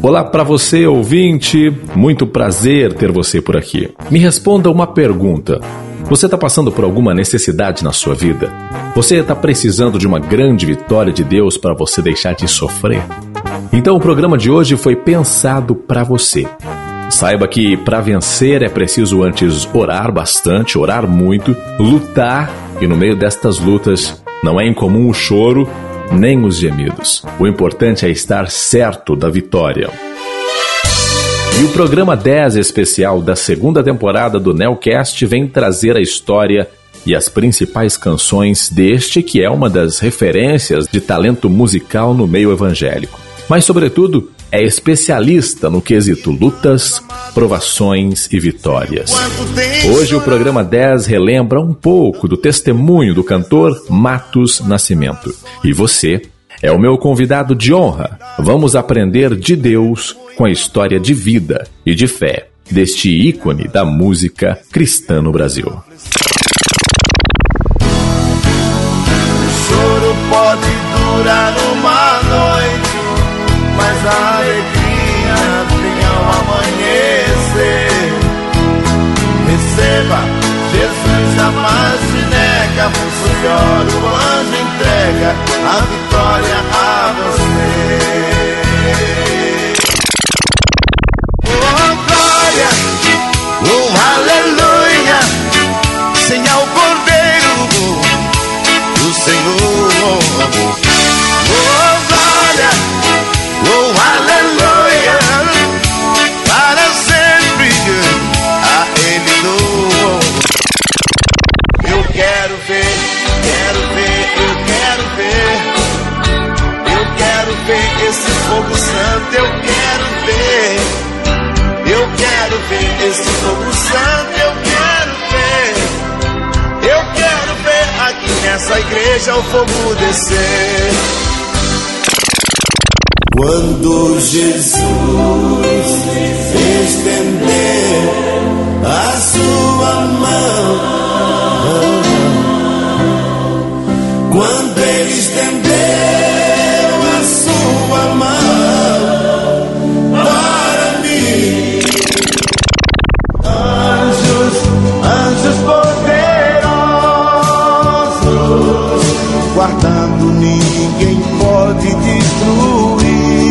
Olá para você, ouvinte, muito prazer ter você por aqui. Me responda uma pergunta. Você está passando por alguma necessidade na sua vida? Você está precisando de uma grande vitória de Deus para você deixar de sofrer? Então o programa de hoje foi pensado para você. Saiba que para vencer é preciso antes orar bastante, orar muito, lutar, e no meio destas lutas não é incomum o choro nem os gemidos. O importante é estar certo da vitória. E o programa 10 especial da segunda temporada do Neocast vem trazer a história e as principais canções deste que é uma das referências de talento musical no meio evangélico. Mas, sobretudo, é especialista no quesito lutas, provações e vitórias. Hoje o programa 10 relembra um pouco do testemunho do cantor Matos Nascimento. E você é o meu convidado de honra. Vamos aprender de Deus com a história de vida e de fé deste ícone da música cristã no Brasil. O choro pode durar uma noite, mas a alegria tem ao amanhecer. Receba, Jesus jamais te nega, por melhor o anjo entrega a vitória a você. Oh glória, oh aleluia, seja o Cordeiro do Senhor. Oh glória, oh aleluia, para sempre a Ele dou. Eu quero ver, eu quero ver esse fogo santo, eu quero ver esse fogo santo, eu quero ver aqui nessa igreja o fogo descer. Quando Jesus estender a sua mão, quando Ele estender a sua mão para mim, anjos poderosos, guardando ninguém pode destruir.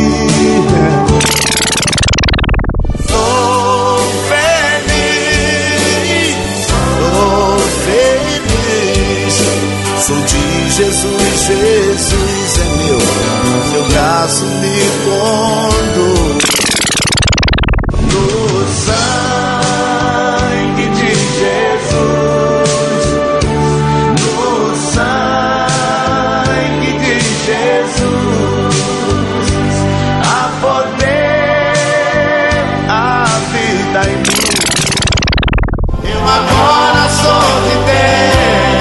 Jesus, Jesus é meu braço me conduz. No sangue de Jesus, no sangue de Jesus, há poder, a vida em mim. Eu agora sou de Deus.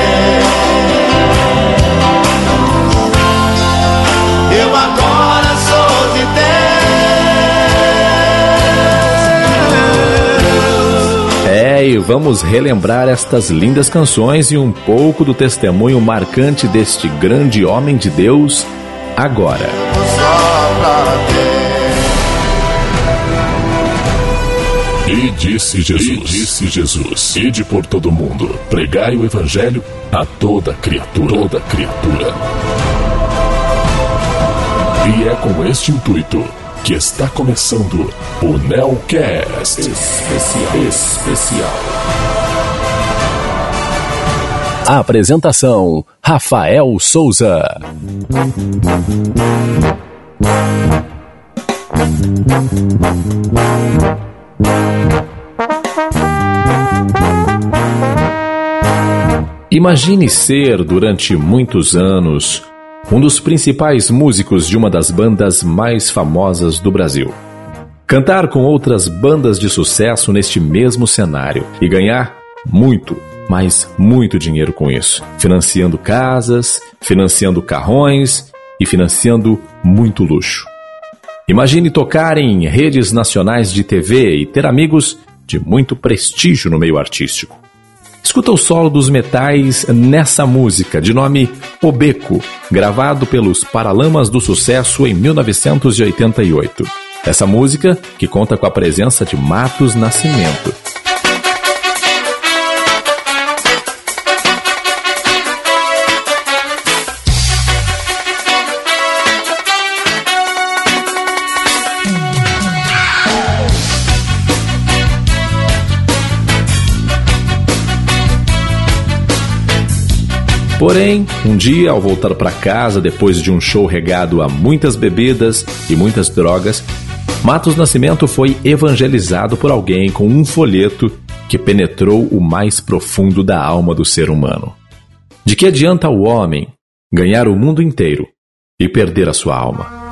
E vamos relembrar estas lindas canções e um pouco do testemunho marcante deste grande homem de Deus agora. E disse Jesus, ide por todo mundo, pregai o evangelho a toda criatura. E é com este intuito que está começando o Neocast especial. A apresentação: Rafael Souza. Imagine ser, durante muitos anos, um dos principais músicos de uma das bandas mais famosas do Brasil. Cantar com outras bandas de sucesso neste mesmo cenário e ganhar muito, mas muito dinheiro com isso, financiando casas, financiando carrões e financiando muito luxo. Imagine tocar em redes nacionais de TV e ter amigos de muito prestígio no meio artístico. Escuta o solo dos Metais nessa música, de nome O Beco, gravado pelos Paralamas do Sucesso em 1988. Essa música que conta com a presença de Matos Nascimento. Porém, um dia, ao voltar para casa depois de um show regado a muitas bebidas e muitas drogas, Matos Nascimento foi evangelizado por alguém com um folheto que penetrou o mais profundo da alma do ser humano. De que adianta o homem ganhar o mundo inteiro e perder a sua alma?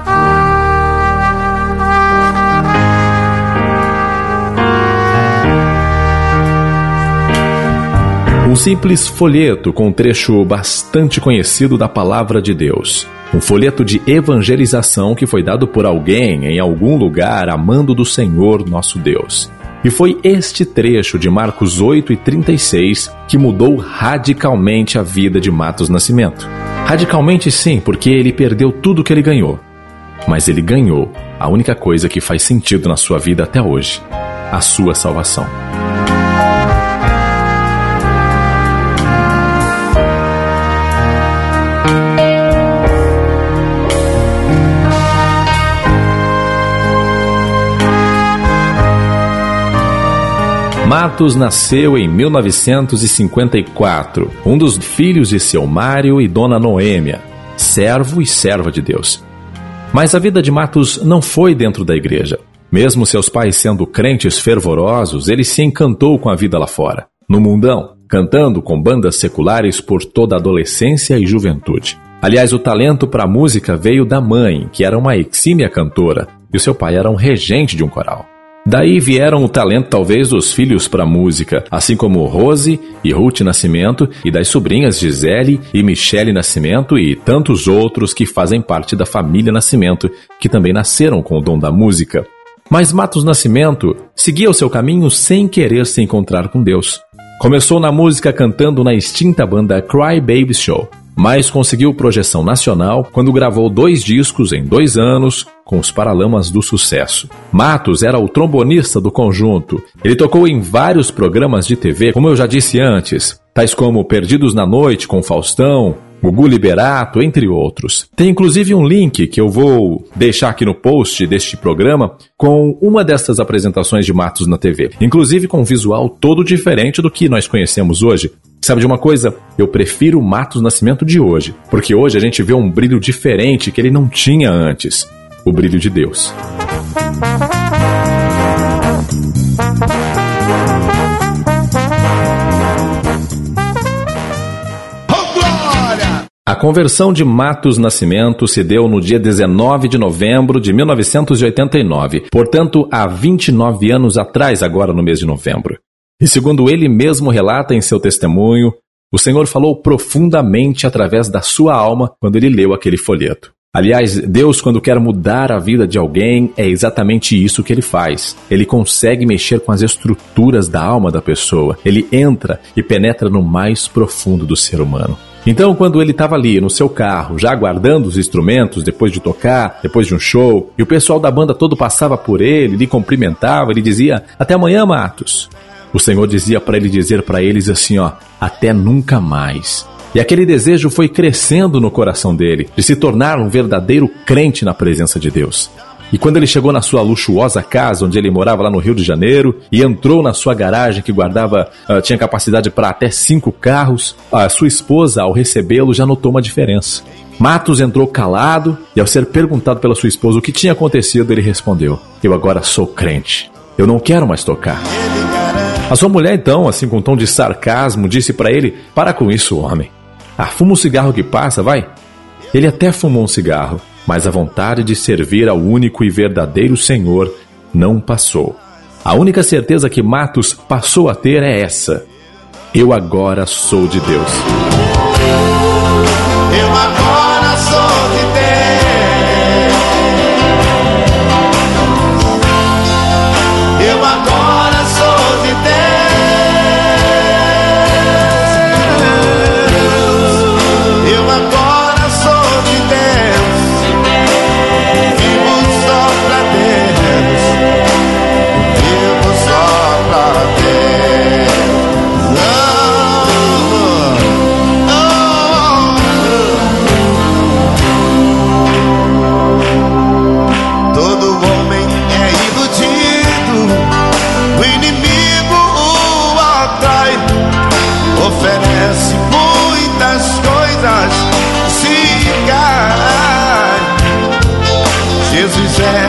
Um simples folheto com um trecho bastante conhecido da Palavra de Deus. Um folheto de evangelização que foi dado por alguém em algum lugar amando do Senhor nosso Deus. E foi este trecho de Marcos 8:36 que mudou radicalmente a vida de Matos Nascimento. Radicalmente sim, porque ele perdeu tudo que ele ganhou. Mas ele ganhou a única coisa que faz sentido na sua vida até hoje: a sua salvação. Matos nasceu em 1954, um dos filhos de seu Mário e Dona Noêmia, servo e serva de Deus. Mas a vida de Matos não foi dentro da igreja. Mesmo seus pais sendo crentes fervorosos, ele se encantou com a vida lá fora, no mundão, cantando com bandas seculares por toda a adolescência e juventude. Aliás, o talento para a música veio da mãe, que era uma exímia cantora, e o seu pai era um regente de um coral. Daí vieram o talento talvez dos filhos para música, assim como Rose e Ruth Nascimento, e das sobrinhas Gisele e Michele Nascimento e tantos outros que fazem parte da família Nascimento, que também nasceram com o dom da música. Mas Matos Nascimento seguia o seu caminho sem querer se encontrar com Deus. Começou na música cantando na extinta banda Cry Baby Show, mas conseguiu projeção nacional quando gravou 2 discos em 2 anos com os Paralamas do Sucesso. Matos era o trombonista do conjunto. Ele tocou em vários programas de TV, como eu já disse antes, tais como Perdidos na Noite com Faustão, Gugu Liberato, entre outros. Tem inclusive um link que eu vou deixar aqui no post deste programa com uma dessas apresentações de Matos na TV, inclusive com um visual todo diferente do que nós conhecemos hoje. Sabe de uma coisa? Eu prefiro o Matos Nascimento de hoje, porque hoje a gente vê um brilho diferente que ele não tinha antes. O brilho de Deus. A conversão de Matos Nascimento se deu no dia 19 de novembro de 1989, portanto, há 29 anos atrás, agora no mês de novembro. E segundo ele mesmo relata em seu testemunho, o Senhor falou profundamente através da sua alma quando ele leu aquele folheto. Aliás, Deus, quando quer mudar a vida de alguém, é exatamente isso que ele faz. Ele consegue mexer com as estruturas da alma da pessoa. Ele entra e penetra no mais profundo do ser humano. Então, quando ele estava ali no seu carro, já guardando os instrumentos depois de tocar, depois de um show, e o pessoal da banda todo passava por ele, lhe cumprimentava, ele dizia: "Até amanhã, Matos." O Senhor dizia para ele dizer para eles assim, "Até nunca mais." E aquele desejo foi crescendo no coração dele, de se tornar um verdadeiro crente na presença de Deus. E quando ele chegou na sua luxuosa casa, onde ele morava lá no Rio de Janeiro, e entrou na sua garagem que tinha capacidade para até 5 carros, a sua esposa, ao recebê-lo, já notou uma diferença. Matos entrou calado, e ao ser perguntado pela sua esposa o que tinha acontecido, ele respondeu: "Eu agora sou crente. Eu não quero mais tocar." A sua mulher, então, assim com um tom de sarcasmo, disse para ele: "Para com isso, homem. Fuma um cigarro que passa, vai." Ele até fumou um cigarro, mas a vontade de servir ao único e verdadeiro Senhor não passou. A única certeza que Matos passou a ter é essa: eu agora sou de Deus. Eu agora sou de Deus. Eu agora sou de Deus. Eu agora sou de Deus. Vivo só pra Deus.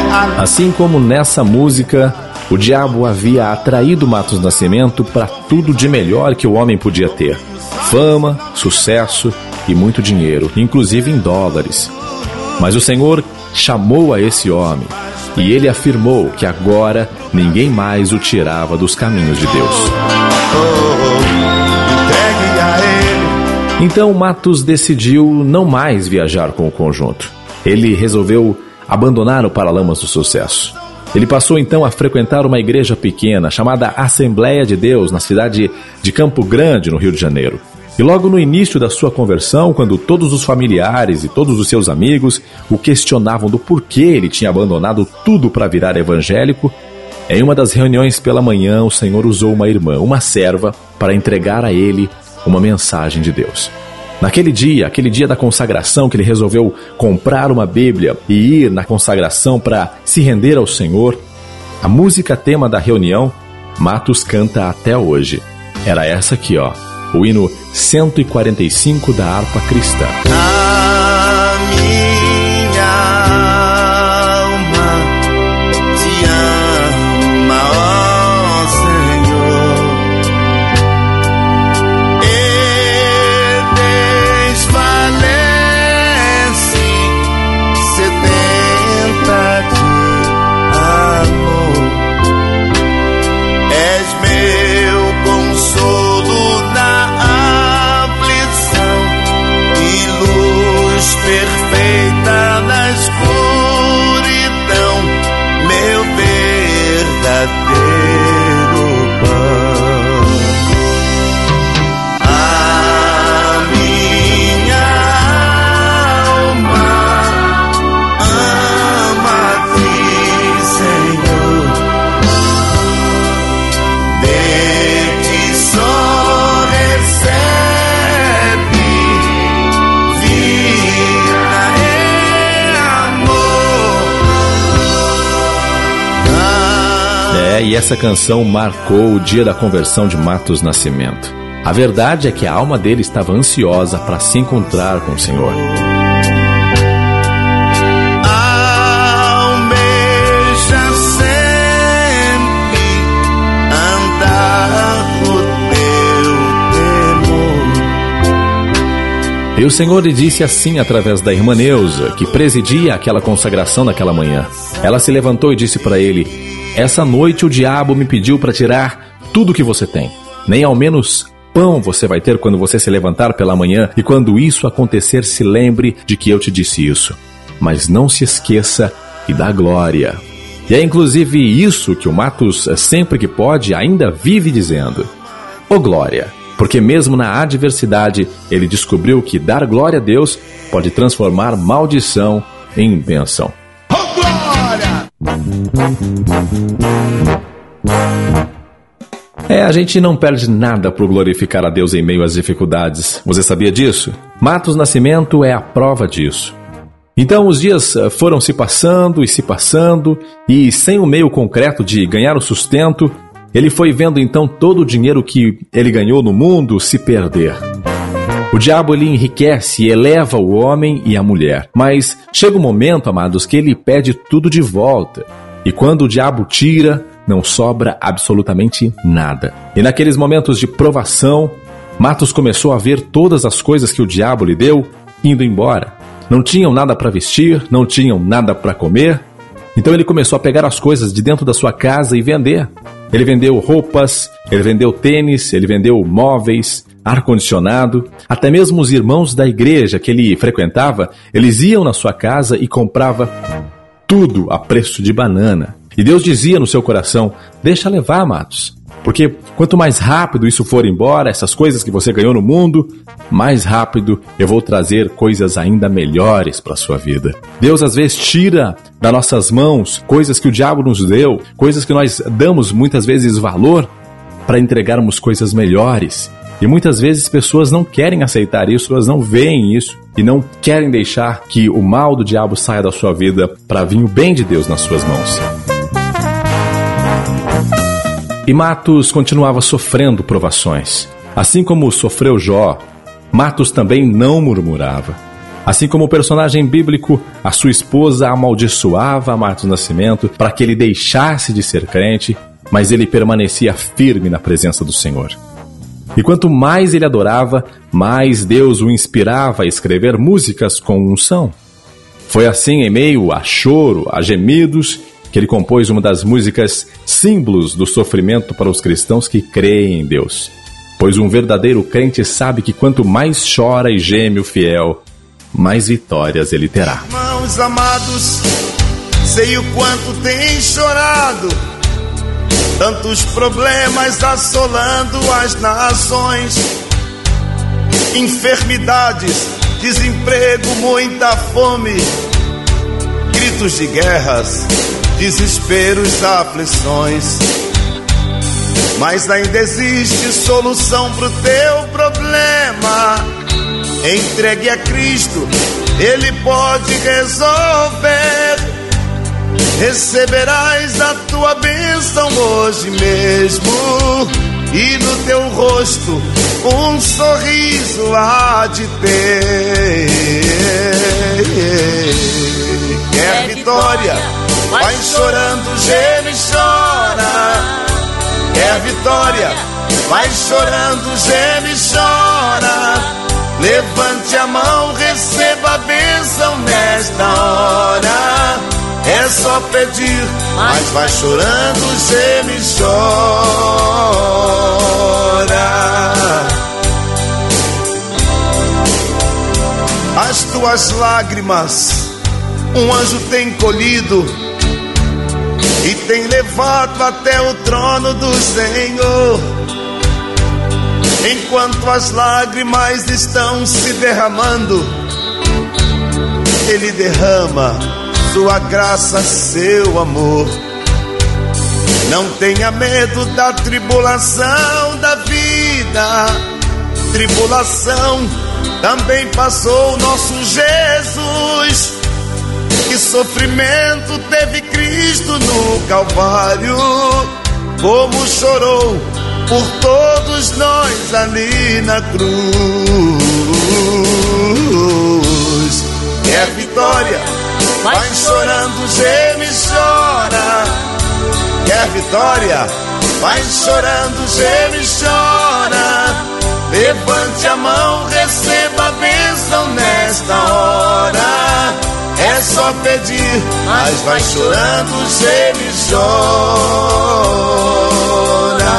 Assim como nessa música, o diabo havia atraído Matos Nascimento para tudo de melhor que o homem podia ter: fama, sucesso e muito dinheiro, inclusive em dólares. Mas o Senhor chamou a esse homem e ele afirmou que agora ninguém mais o tirava dos caminhos de Deus. Então Matos decidiu não mais viajar com o conjunto. Ele resolveu abandonar o Paralamas do Sucesso. Ele passou então a frequentar uma igreja pequena chamada Assembleia de Deus, na cidade de Campo Grande, no Rio de Janeiro. E logo no início da sua conversão, quando todos os familiares e todos os seus amigos o questionavam do porquê ele tinha abandonado tudo para virar evangélico, em uma das reuniões pela manhã, o Senhor usou uma irmã, uma serva, para entregar a ele uma mensagem de Deus. Naquele dia, aquele dia da consagração, que ele resolveu comprar uma Bíblia e ir na consagração para se render ao Senhor, a música tema da reunião, Matos canta até hoje. Era essa aqui, ó, o hino 145 da harpa cristã. A minha alma te ama, ó Senhor, e desfalece sedenta de amor. És meu consolo na aflição e luz perfeita na escuridão, meu verdadeiro pão. A minha alma ama-te, Senhor, de ti só recebe vida e amor. E essa canção marcou o dia da conversão de Matos Nascimento. A verdade é que a alma dele estava ansiosa para se encontrar com o Senhor. Almeja sempre andar no teu temor. E o Senhor lhe disse assim através da irmã Neuza, que presidia aquela consagração naquela manhã. Ela se levantou e disse para ele: essa noite o diabo me pediu para tirar tudo que você tem. Nem ao menos pão você vai ter quando você se levantar pela manhã, e quando isso acontecer, se lembre de que eu te disse isso. Mas não se esqueça e dá glória. E é inclusive isso que o Matos, sempre que pode, ainda vive dizendo: ô glória, porque mesmo na adversidade ele descobriu que dar glória a Deus pode transformar maldição em bênção. A gente não perde nada por glorificar a Deus em meio às dificuldades. Você sabia disso? Matos Nascimento é a prova disso. Então os dias foram se passando, e sem o meio concreto de ganhar o sustento, ele foi vendo então todo o dinheiro que ele ganhou no mundo se perder. O diabo, ele enriquece e eleva o homem e a mulher. Mas chega um momento, amados, que ele pede tudo de volta. E quando o diabo tira, não sobra absolutamente nada. E naqueles momentos de provação, Matos começou a ver todas as coisas que o diabo lhe deu indo embora. Não tinham nada para vestir, não tinham nada para comer. Então ele começou a pegar as coisas de dentro da sua casa e vender. Ele vendeu roupas, ele vendeu tênis, ele vendeu móveis, ar-condicionado. Até mesmo os irmãos da igreja que ele frequentava, eles iam na sua casa e compravam tudo a preço de banana. E Deus dizia no seu coração: deixa levar, Matos, porque quanto mais rápido isso for embora, essas coisas que você ganhou no mundo, mais rápido eu vou trazer coisas ainda melhores para a sua vida. Deus às vezes tira das nossas mãos coisas que o diabo nos deu, coisas que nós damos muitas vezes valor, para entregarmos coisas melhores. E muitas vezes pessoas não querem aceitar isso, elas não veem isso e não querem deixar que o mal do diabo saia da sua vida para vir o bem de Deus nas suas mãos. E Matos continuava sofrendo provações. Assim como sofreu Jó, Matos também não murmurava. Assim como o personagem bíblico, a sua esposa amaldiçoava Marcos Nascimento para que ele deixasse de ser crente, mas ele permanecia firme na presença do Senhor. E quanto mais ele adorava, mais Deus o inspirava a escrever músicas com unção. Foi assim, em meio a choro, a gemidos, que ele compôs uma das músicas símbolos do sofrimento para os cristãos que creem em Deus. Pois um verdadeiro crente sabe que quanto mais chora e geme o fiel, mais vitórias ele terá. Irmãos amados, sei o quanto tem chorado, tantos problemas assolando as nações, enfermidades, desemprego, muita fome, gritos de guerras, desesperos, aflições. Mas ainda existe solução pro teu problema. Entregue a Cristo, Ele pode resolver. Receberás a tua bênção hoje mesmo, e no teu rosto um sorriso há de ter. Quer vitória? Vai chorando, geme e chora. Quer vitória? Vai chorando, geme e chora. Levante a mão, receba a bênção nesta hora. É só pedir, mas vai chorando, geme e chora. As tuas lágrimas um anjo tem colhido e tem levado até o trono do Senhor. Enquanto as lágrimas estão se derramando, Ele derrama sua graça, seu amor. Não tenha medo da tribulação da vida. Tribulação também passou nosso Jesus. Que sofrimento teve Cristo no Calvário, como chorou por todos nós ali na cruz. Quer vitória? Vai chorando, geme e chora. Quer vitória? Vai chorando, geme e chora. Levante a mão, receba a bênção nesta hora. É só pedir, mas vai chorando, geme e chora.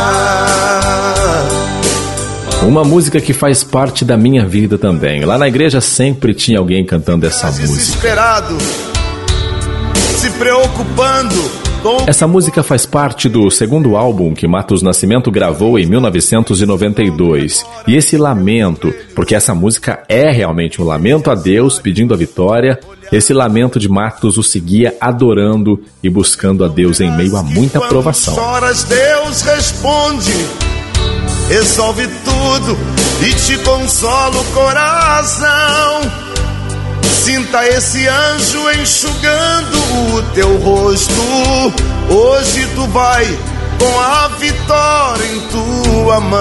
Uma música que faz parte da minha vida também. Lá na igreja sempre tinha alguém cantando essa música. Desesperado, se preocupando. Essa música faz parte do segundo álbum que Marcos Nascimento gravou em 1992. E esse lamento, porque essa música é realmente um lamento a Deus pedindo a vitória, esse lamento de Marcos o seguia adorando e buscando a Deus em meio a muita provação. Choras, Deus responde, resolve tudo e te consola o coração. Sinta esse anjo enxugando o teu rosto. Hoje tu vai com a vitória em tua mão.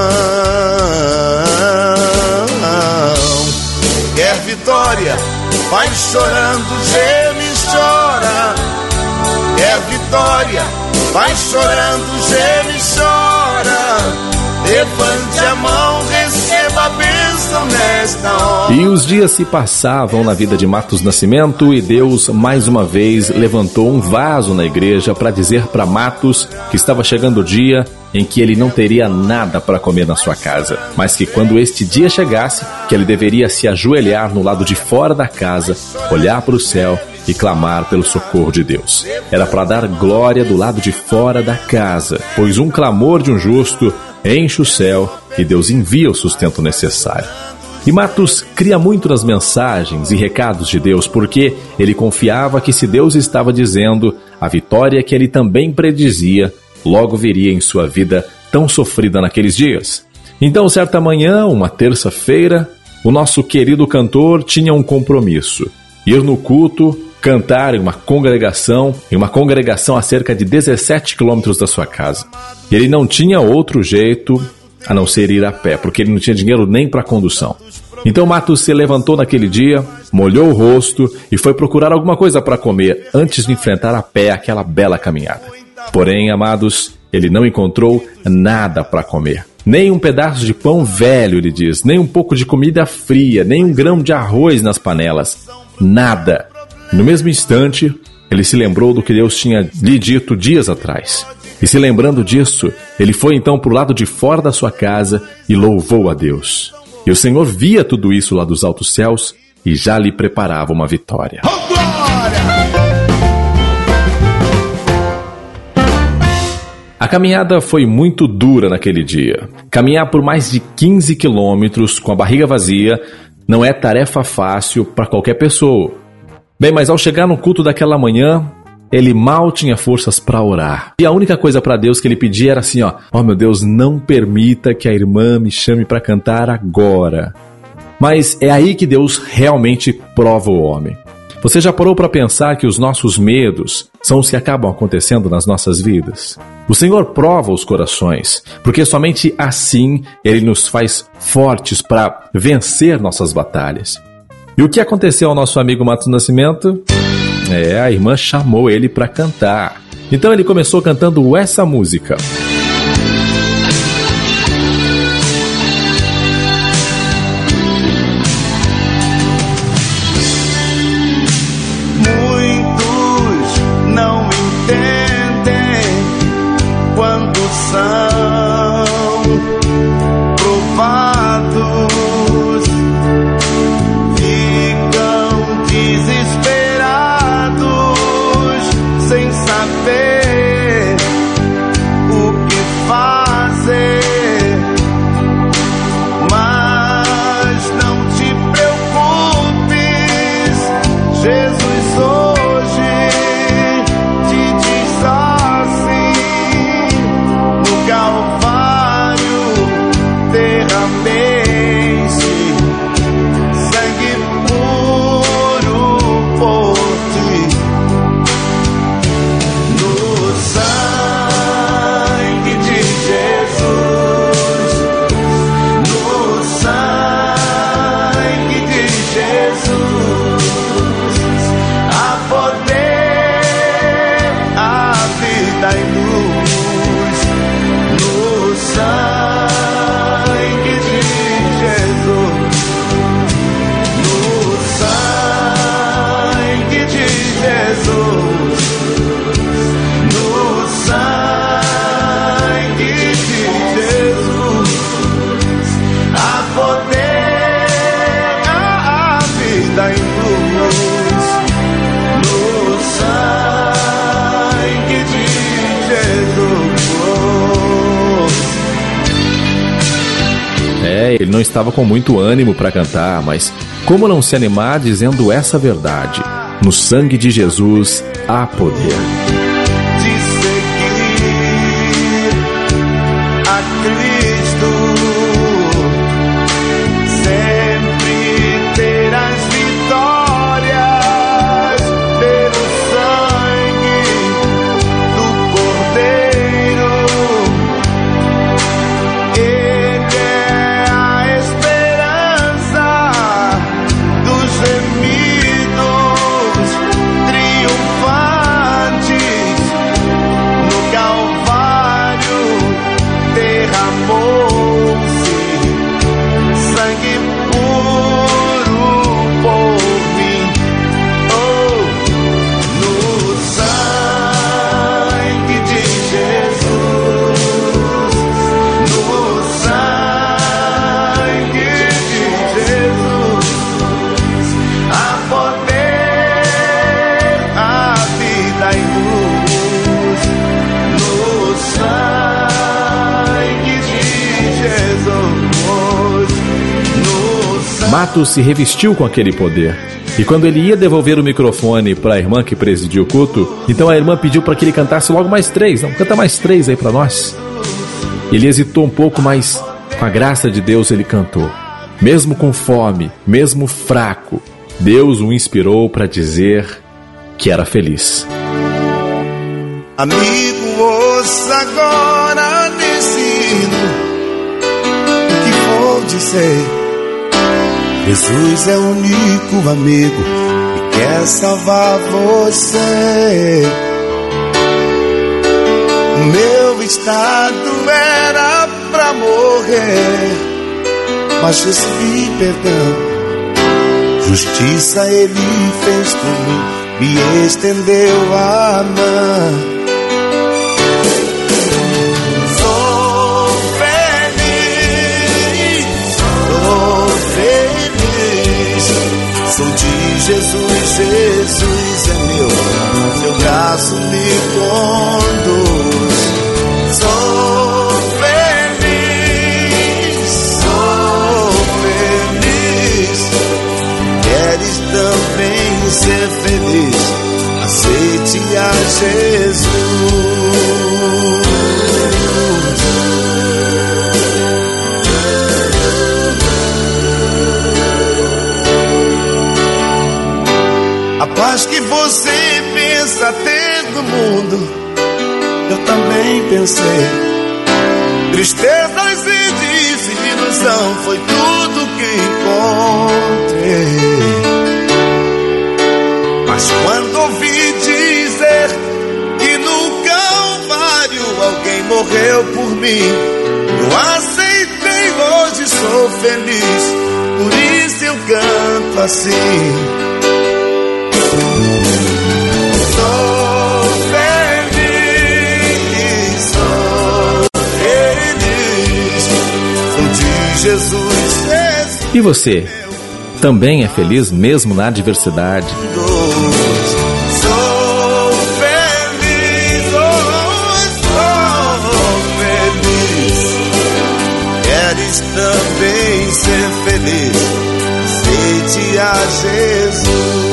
Quer vitória? Vai chorando, geme e chora. Quer vitória? Vai chorando, geme e chora. Levante a mão, receba a bênção nesta hora. E os dias se passavam na vida de Marcos Nascimento e Deus mais uma vez levantou um vaso na igreja para dizer para Marcos que estava chegando o dia em que ele não teria nada para comer na sua casa, mas que quando este dia chegasse, que ele deveria se ajoelhar no lado de fora da casa, olhar para o céu e clamar pelo socorro de Deus. Era para dar glória do lado de fora da casa, pois um clamor de um justo enche o céu e Deus envia o sustento necessário. E Marcos cria muito nas mensagens e recados de Deus, porque ele confiava que se Deus estava dizendo, a vitória que ele também predizia, logo viria em sua vida tão sofrida naqueles dias. Então, certa manhã, uma terça-feira, o nosso querido cantor tinha um compromisso: ir no culto, cantar em uma congregação a cerca de 17 quilômetros da sua casa. E ele não tinha outro jeito a não ser ir a pé, porque ele não tinha dinheiro nem para condução. Então Matos se levantou naquele dia, molhou o rosto e foi procurar alguma coisa para comer antes de enfrentar a pé aquela bela caminhada. Porém, amados, ele não encontrou nada para comer. Nem um pedaço de pão velho, ele diz, nem um pouco de comida fria, nem um grão de arroz nas panelas. Nada. No mesmo instante, ele se lembrou do que Deus tinha lhe dito dias atrás. E se lembrando disso, ele foi então para o lado de fora da sua casa e louvou a Deus. E o Senhor via tudo isso lá dos altos céus e já lhe preparava uma vitória. A caminhada foi muito dura naquele dia. Caminhar por mais de 15 quilômetros com a barriga vazia não é tarefa fácil para qualquer pessoa. Bem, mas ao chegar no culto daquela manhã, ele mal tinha forças para orar. E a única coisa para Deus que ele pedia era assim, ó, meu Deus, não permita que a irmã me chame para cantar agora. Mas é aí que Deus realmente prova o homem. Você já parou para pensar que os nossos medos são os que acabam acontecendo nas nossas vidas? O Senhor prova os corações, porque somente assim Ele nos faz fortes para vencer nossas batalhas. E o que aconteceu ao nosso amigo Matos Nascimento? A irmã chamou ele para cantar. Então ele começou cantando essa música. Ele não estava com muito ânimo para cantar, mas como não se animar dizendo essa verdade? No sangue de Jesus há poder. Matos se revestiu com aquele poder. E quando ele ia devolver o microfone para a irmã que presidia o culto, então a irmã pediu para que ele cantasse logo mais 3. Não, canta mais 3 aí para nós. Ele hesitou um pouco, mas com a graça de Deus ele cantou. Mesmo com fome, mesmo fraco, Deus o inspirou para dizer que era feliz. Amigo, ouça agora nesse hino o que vou dizer. Jesus é o único amigo que quer salvar você. O meu estado era pra morrer, mas recebi perdão. Justiça ele fez por mim, me estendeu a mão. Sou de Jesus, Jesus é meu braço me conduz. Sou feliz. Queres também ser feliz? Aceite a Jesus. A paz que você pensa ter do mundo, eu também pensei. Tristezas e desilusão foi tudo que encontrei. Mas quando ouvi dizer que no Calvário alguém morreu por mim, eu aceitei, hoje sou feliz. Por isso eu canto assim. E você, também é feliz mesmo na adversidade? Sou feliz. Queres também ser feliz? Aceite a Jesus.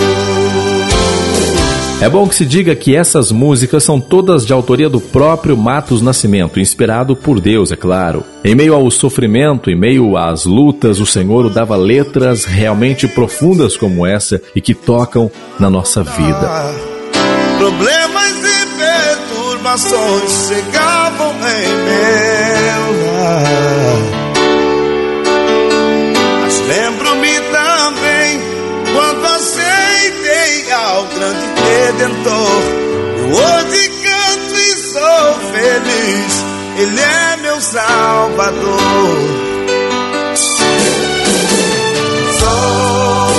É bom que se diga que essas músicas são todas de autoria do próprio Matos Nascimento, inspirado por Deus, é claro. Em meio ao sofrimento, em meio às lutas, o Senhor dava letras realmente profundas como essa e que tocam na nossa vida. Problemas e perturbações chegavam em meu lar, mas lembro-me também quando aceitei ao grande Redentor. Eu hoje canto e sou feliz, Ele é meu Salvador. Sou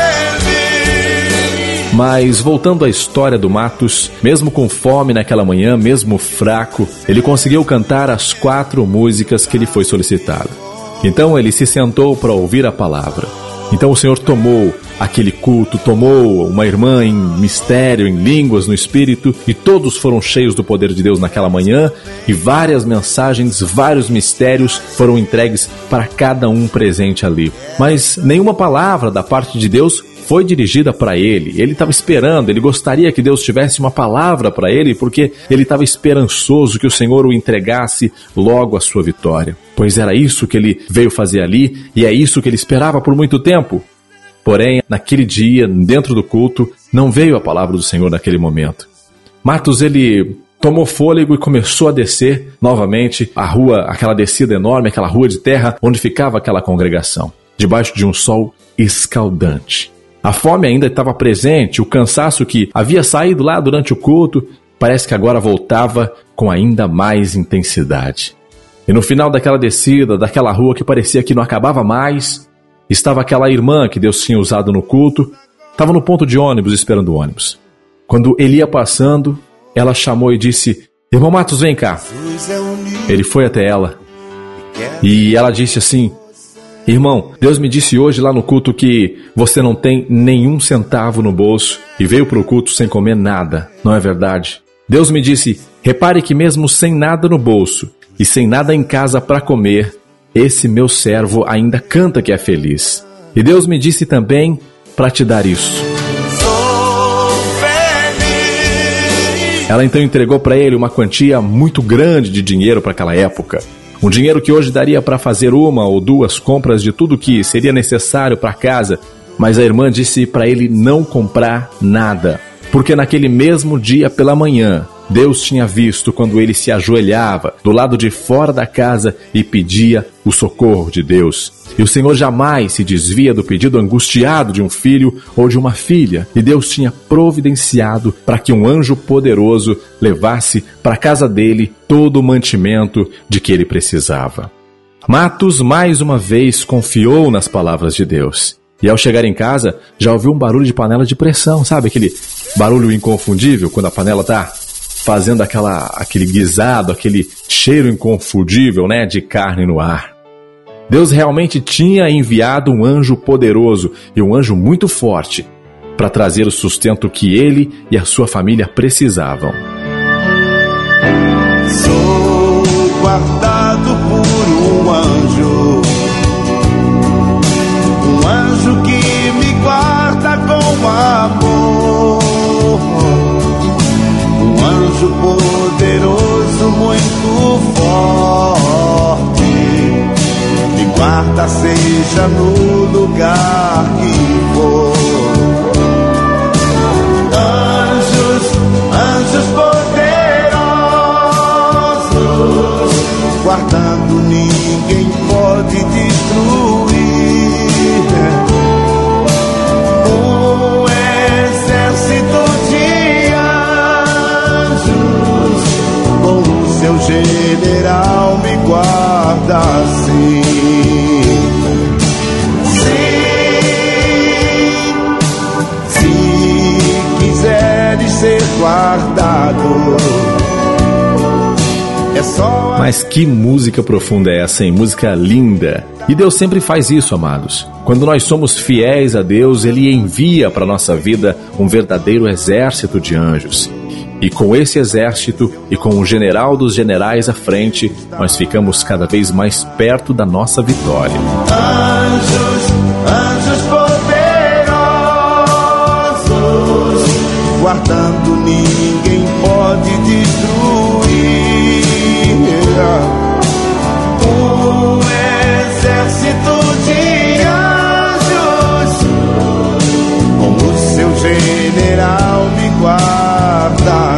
feliz. Mas voltando à história do Matos, mesmo com fome naquela manhã, mesmo fraco, ele conseguiu cantar as 4 músicas que lhe foi solicitado. Então ele se sentou para ouvir a palavra. Então o Senhor tomou aquele culto, tomou uma irmã em mistério, em línguas, no Espírito, e todos foram cheios do poder de Deus naquela manhã, e várias mensagens, vários mistérios foram entregues para cada um presente ali. Mas nenhuma palavra da parte de Deus foi dirigida para ele. Ele estava esperando, ele gostaria que Deus tivesse uma palavra para ele, porque ele estava esperançoso que o Senhor o entregasse logo a sua vitória. Pois era isso que ele veio fazer ali, e é isso que ele esperava por muito tempo. Porém, naquele dia, dentro do culto, não veio a palavra do Senhor naquele momento. Matos, ele tomou fôlego e começou a descer novamente a rua, aquela descida enorme, aquela rua de terra onde ficava aquela congregação, debaixo de um sol escaldante. A fome ainda estava presente, o cansaço que havia saído lá durante o culto, parece que agora voltava com ainda mais intensidade. E no final daquela descida, daquela rua que parecia que não acabava mais, estava aquela irmã que Deus tinha usado no culto, estava no ponto de ônibus esperando o ônibus. Quando ele ia passando, ela chamou e disse: "Irmão Matos, vem cá." Ele foi até ela e ela disse assim: "Irmão, Deus me disse hoje lá no culto que você não tem nenhum centavo no bolso e veio para o culto sem comer nada, não é verdade? Deus me disse, repare que mesmo sem nada no bolso e sem nada em casa para comer, esse meu servo ainda canta que é feliz. E Deus me disse também para te dar isso." Ela então entregou para ele uma quantia muito grande de dinheiro para aquela época. Um dinheiro que hoje daria para fazer 1 ou 2 compras de tudo que seria necessário para casa. Mas a irmã disse para ele não comprar nada, porque naquele mesmo dia pela manhã, Deus tinha visto quando ele se ajoelhava do lado de fora da casa e pedia o socorro de Deus. E o Senhor jamais se desvia do pedido angustiado de um filho ou de uma filha. E Deus tinha providenciado para que um anjo poderoso levasse para a casa dele todo o mantimento de que ele precisava. Matos mais uma vez confiou nas palavras de Deus. E ao chegar em casa, já ouviu um barulho de panela de pressão, sabe? Aquele barulho inconfundível quando a panela está fazendo aquele guisado, aquele cheiro inconfundível, né, de carne no ar. Deus realmente tinha enviado um anjo poderoso e um anjo muito forte para trazer o sustento que ele e a sua família precisavam. Sou guardado por um anjo que me guarda com amor, um anjo poderoso, muito forte, me guarda seja no lugar que for. Anjos poderosos, guardando ninguém pode destruir. Um exército de anjos, com o seu general me guarda assim. Se quiseres ser guardado, é só... Mas que música profunda é essa, hein? Música linda. E Deus sempre faz isso, amados. Quando nós somos fiéis a Deus, Ele envia para a nossa vida um verdadeiro exército de anjos. E com esse exército e com o general dos generais à frente, nós ficamos cada vez mais perto da nossa vitória. Anjos poderosos, guardando ninguém pode destruir. Um exército de anjos, com o seu general me guarda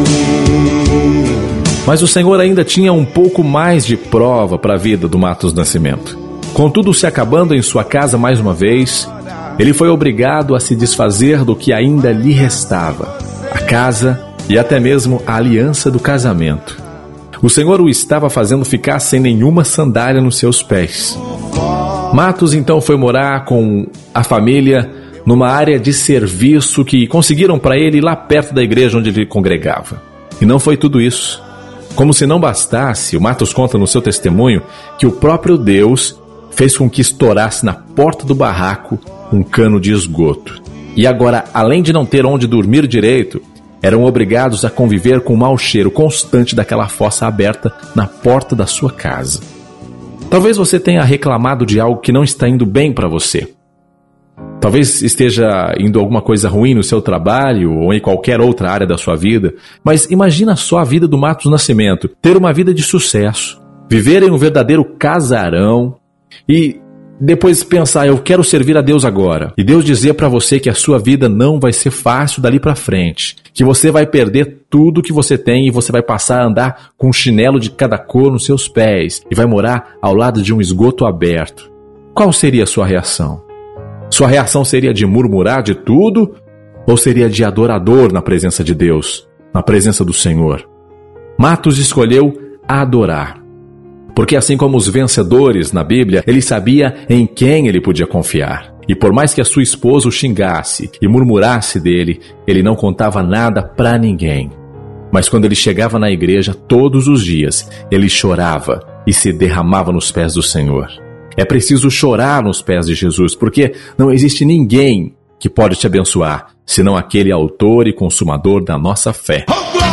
assim. Mas o Senhor ainda tinha um pouco mais de prova para a vida do Matos Nascimento. Com tudo se acabando em sua casa mais uma vez, ele foi obrigado a se desfazer do que ainda lhe restava, a casa e até mesmo a aliança do casamento. O Senhor o estava fazendo ficar sem nenhuma sandália nos seus pés. Matos então foi morar com a família numa área de serviço que conseguiram para ele lá perto da igreja onde ele congregava. E não foi tudo isso. Como se não bastasse, o Matos conta no seu testemunho que o próprio Deus fez com que estourasse na porta do barraco um cano de esgoto. E agora, além de não ter onde dormir direito, eram obrigados a conviver com o mau cheiro constante daquela fossa aberta na porta da sua casa. Talvez você tenha reclamado de algo que não está indo bem para você. Talvez esteja indo alguma coisa ruim no seu trabalho ou em qualquer outra área da sua vida. Mas imagina só a vida do Matos Nascimento, ter uma vida de sucesso, viver em um verdadeiro casarão e depois pensar, eu quero servir a Deus agora. E Deus dizer para você que a sua vida não vai ser fácil dali para frente. Que você vai perder tudo que você tem e você vai passar a andar com um chinelo de cada cor nos seus pés. E vai morar ao lado de um esgoto aberto. Qual seria a sua reação? Sua reação seria de murmurar de tudo? Ou seria de adorador na presença de Deus? Na presença do Senhor? Matos escolheu adorar. Porque assim como os vencedores na Bíblia, ele sabia em quem ele podia confiar. E por mais que a sua esposa o xingasse e murmurasse dele, ele não contava nada para ninguém. Mas quando ele chegava na igreja todos os dias, ele chorava e se derramava nos pés do Senhor. É preciso chorar nos pés de Jesus, porque não existe ninguém que pode te abençoar, senão aquele autor e consumador da nossa fé.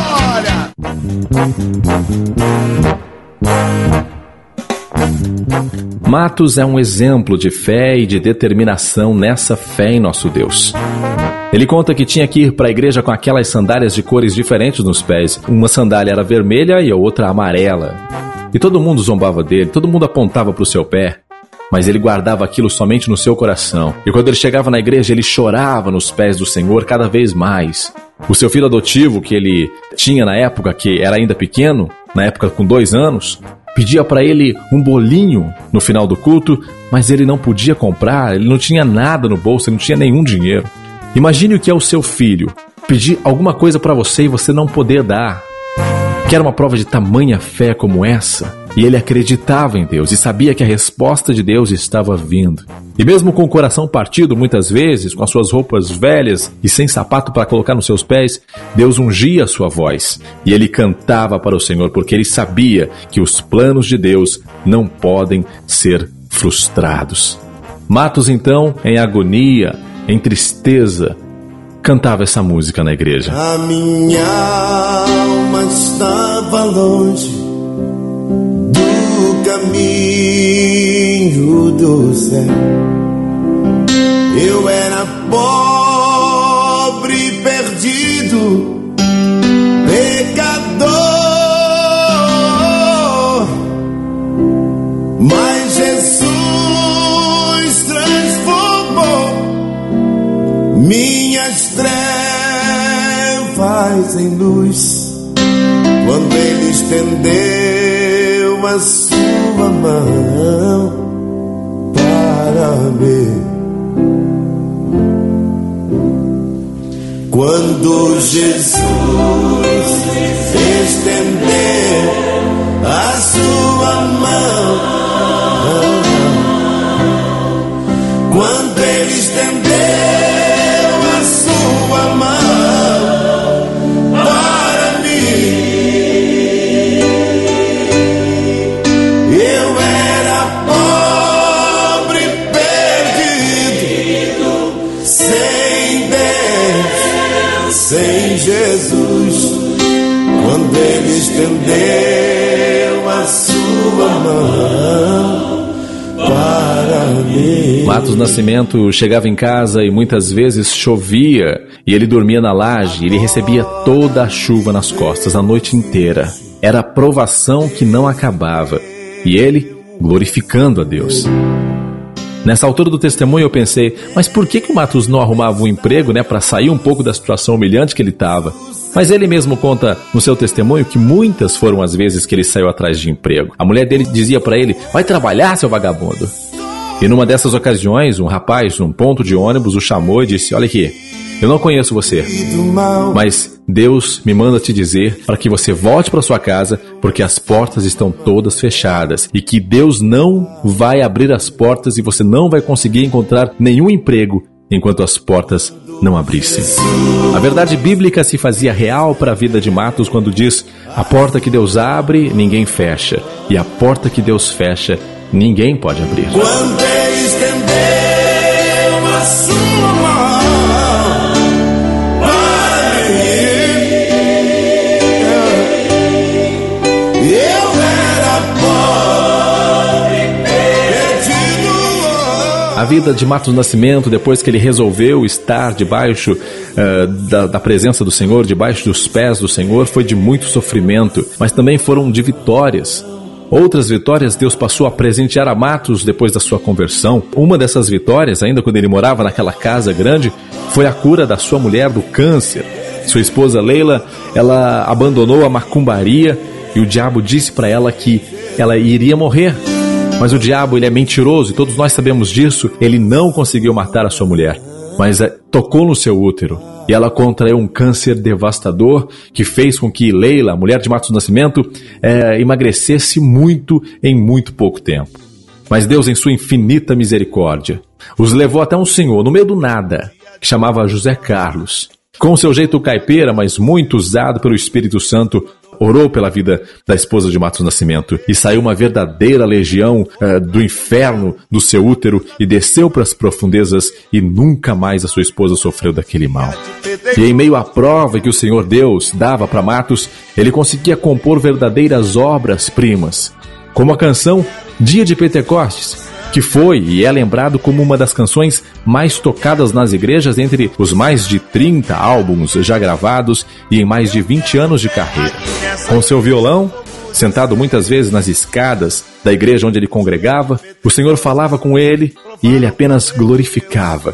Matos é um exemplo de fé e de determinação nessa fé em nosso Deus. Ele conta que tinha que ir para a igreja com aquelas sandálias de cores diferentes nos pés. Uma sandália era vermelha e a outra amarela. E todo mundo zombava dele, todo mundo apontava para o seu pé. Mas ele guardava aquilo somente no seu coração. E quando ele chegava na igreja, ele chorava nos pés do Senhor cada vez mais. O seu filho adotivo, que ele tinha na época, que era ainda pequeno, na época com 2 anos, pedia para ele um bolinho no final do culto, mas ele não podia comprar, ele não tinha nada no bolso, ele não tinha nenhum dinheiro. Imagine o que é o seu filho pedir alguma coisa para você e você não poder dar. Quer uma prova de tamanha fé como essa? E ele acreditava em Deus e sabia que a resposta de Deus estava vindo. E mesmo com o coração partido muitas vezes, com as suas roupas velhas e sem sapato para colocar nos seus pés, Deus ungia a sua voz. E ele cantava para o Senhor porque ele sabia que os planos de Deus não podem ser frustrados. Matos então, em agonia, em tristeza, cantava essa música na igreja. A minha alma estava longe do caminho do céu. Eu era pobre e perdido, pecador, mas Jesus transformou minhas trevas em luz, quando Ele estendeu a sua mão para mim. Quando Jesus estendeu a sua mão, quando Ele estendeu a sua mão para mim, eu era pobre, perdido, sem Deus, sem Jesus. Quando Ele estendeu a sua mão para mim. Matos Nascimento chegava em casa e muitas vezes chovia e ele dormia na laje. Ele recebia toda a chuva nas costas a noite inteira. Era a provação que não acabava e ele glorificando a Deus. Nessa altura do testemunho eu pensei, mas por que o Matos não arrumava um emprego, para sair um pouco da situação humilhante que ele estava? Mas ele mesmo conta no seu testemunho que muitas foram as vezes que ele saiu atrás de emprego. A mulher dele dizia para ele, vai trabalhar, seu vagabundo. E numa dessas ocasiões, um rapaz num ponto de ônibus o chamou e disse, olha aqui, eu não conheço você, mas Deus me manda te dizer para que você volte para sua casa, porque as portas estão todas fechadas e que Deus não vai abrir as portas e você não vai conseguir encontrar nenhum emprego enquanto as portas não abrissem. A verdade bíblica se fazia real para a vida de Matos quando diz, a porta que Deus abre, ninguém fecha, e a porta que Deus fecha, ninguém pode abrir. Quando Ele estendeu a sua mão para mim, eu era pobre, perdido. A vida de Matos Nascimento, depois que ele resolveu estar debaixo da presença do Senhor, debaixo dos pés do Senhor, foi de muito sofrimento, mas também foram de vitórias. Outras vitórias Deus passou a presentear a Matos depois da sua conversão. Uma dessas vitórias, ainda quando ele morava naquela casa grande, foi a cura da sua mulher do câncer. Sua esposa Leila, ela abandonou a macumbaria e o diabo disse para ela que ela iria morrer. Mas o diabo, ele é mentiroso e todos nós sabemos disso. Ele não conseguiu matar a sua mulher, mas tocou no seu útero. E ela contraiu um câncer devastador que fez com que Leila, a mulher de Matos Nascimento, emagrecesse muito em muito pouco tempo. Mas Deus, em sua infinita misericórdia, os levou até um senhor, no meio do nada, que chamava José Carlos. Com seu jeito caipira, mas muito usado pelo Espírito Santo, orou pela vida da esposa de Matos Nascimento e saiu uma verdadeira legião do inferno do seu útero e desceu para as profundezas e nunca mais a sua esposa sofreu daquele mal. E em meio à prova que o Senhor Deus dava para Matos, ele conseguia compor verdadeiras obras-primas, como a canção Dia de Pentecostes, que foi e é lembrado como uma das canções mais tocadas nas igrejas entre os mais de 30 álbuns já gravados e em mais de 20 anos de carreira. Com seu violão, sentado muitas vezes nas escadas da igreja onde ele congregava, o Senhor falava com ele e ele apenas glorificava.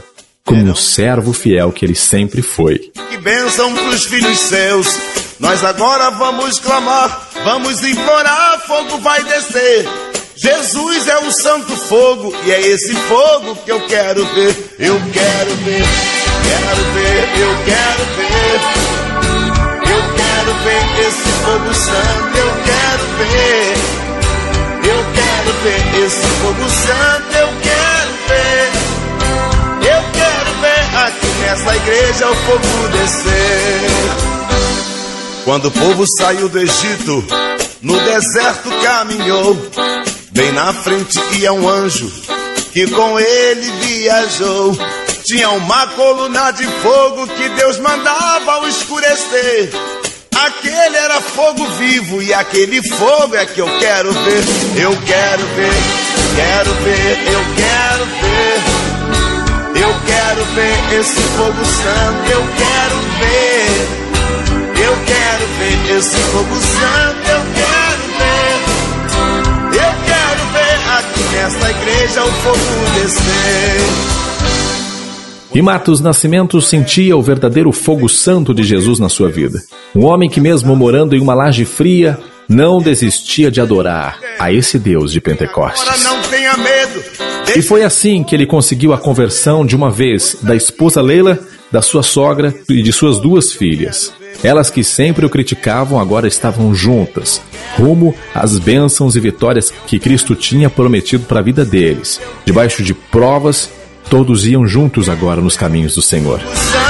como um servo fiel que ele sempre foi. Que bênção pros filhos seus. Nós agora vamos clamar, vamos implorar, fogo vai descer. Jesus é o santo fogo e é esse fogo que eu quero ver. Eu quero ver, quero ver, eu quero ver. Eu quero ver esse fogo santo, eu quero ver. Eu quero ver esse fogo santo, eu quero ver. Eu quero ver aqui nessa igreja o fogo descer. Quando o povo saiu do Egito, no deserto caminhou. Bem na frente ia um anjo, que com ele viajou. Tinha uma coluna de fogo que Deus mandava ao escurecer. Aquele era fogo vivo e aquele fogo é que eu quero ver. Eu quero ver, quero ver, eu quero ver. Eu quero ver esse fogo santo, eu quero ver. Eu quero ver esse fogo santo, eu quero ver. Eu quero ver aqui nesta igreja o fogo descer. E Matos Nascimento sentia o verdadeiro fogo santo de Jesus na sua vida. Um homem que mesmo morando em uma laje fria, não desistia de adorar a esse Deus de Pentecostes. Não tenha medo. E foi assim que ele conseguiu a conversão de uma vez da esposa Leila, da sua sogra e de suas 2 filhas. Elas que sempre o criticavam agora estavam juntas, rumo às bênçãos e vitórias que Cristo tinha prometido para a vida deles. Debaixo de provas, todos iam juntos agora nos caminhos do Senhor.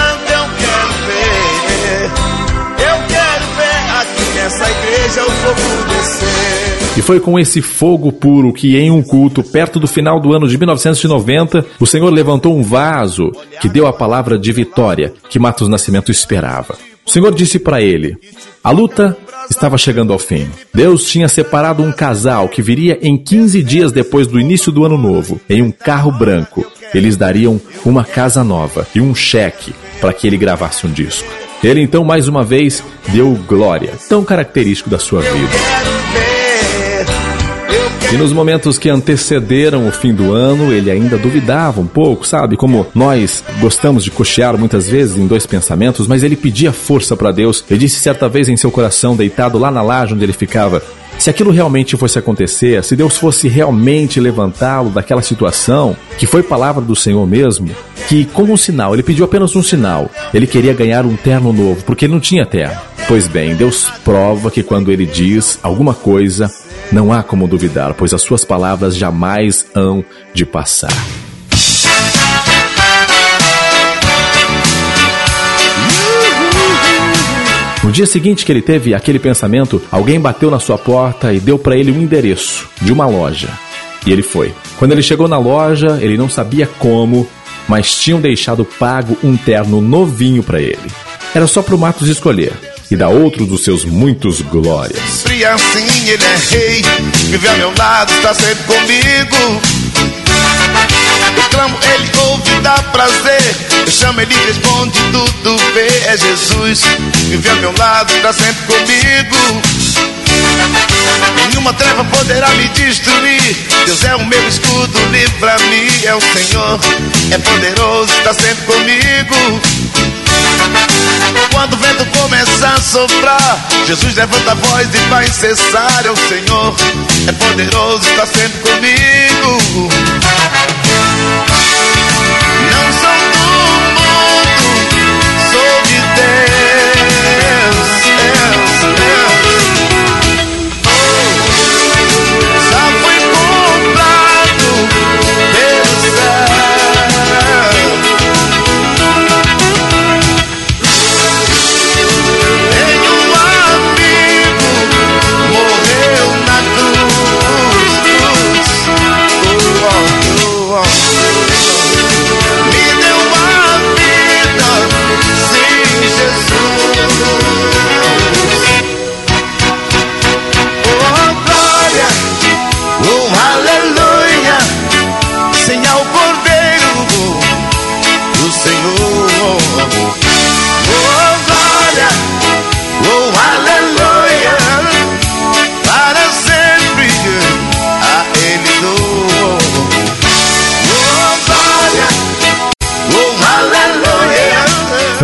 E foi com esse fogo puro que em um culto, perto do final do ano de 1990, o Senhor levantou um vaso que deu a palavra de vitória que Matos Nascimento esperava. O Senhor disse para ele: a luta estava chegando ao fim. Deus tinha separado um casal que viria em 15 dias depois do início do ano novo, em um carro branco. Eles dariam uma casa nova e um cheque para que ele gravasse um disco. Ele então mais uma vez deu glória, tão característico da sua vida. E nos momentos que antecederam o fim do ano, ele ainda duvidava um pouco, sabe? Como nós gostamos de cochear muitas vezes em 2 pensamentos, mas ele pedia força para Deus. Ele disse certa vez em seu coração, deitado lá na laje onde ele ficava, se aquilo realmente fosse acontecer, se Deus fosse realmente levantá-lo daquela situação, que foi palavra do Senhor mesmo, que como um sinal, ele pediu apenas um sinal, ele queria ganhar um terno novo, porque ele não tinha terno. Pois bem, Deus prova que quando ele diz alguma coisa, não há como duvidar, pois as suas palavras jamais hão de passar. No dia seguinte que ele teve aquele pensamento, alguém bateu na sua porta e deu para ele um endereço de uma loja. E ele foi. Quando ele chegou na loja, ele não sabia como, mas tinham deixado pago um terno novinho para ele. Era só pro Matos escolher e dar outro dos seus muitos glórias. Fria assim, ele é rei, vive ao meu lado, está sempre comigo. Eu clamo, ele ouve, dá prazer. Eu chamo, ele responde, tudo vê. É Jesus, vive ao meu lado, está sempre comigo. Nenhuma treva poderá me destruir. Deus é o meu escudo, livra-me. É o Senhor, é poderoso, está sempre comigo. Quando o vento começar a soprar, Jesus levanta a voz e vai cessar. É o Senhor, é poderoso, está sempre comigo. Não sou do mundo, sou de Deus, já fui comprado pelo céu. Tenho um amigo, morreu na cruz.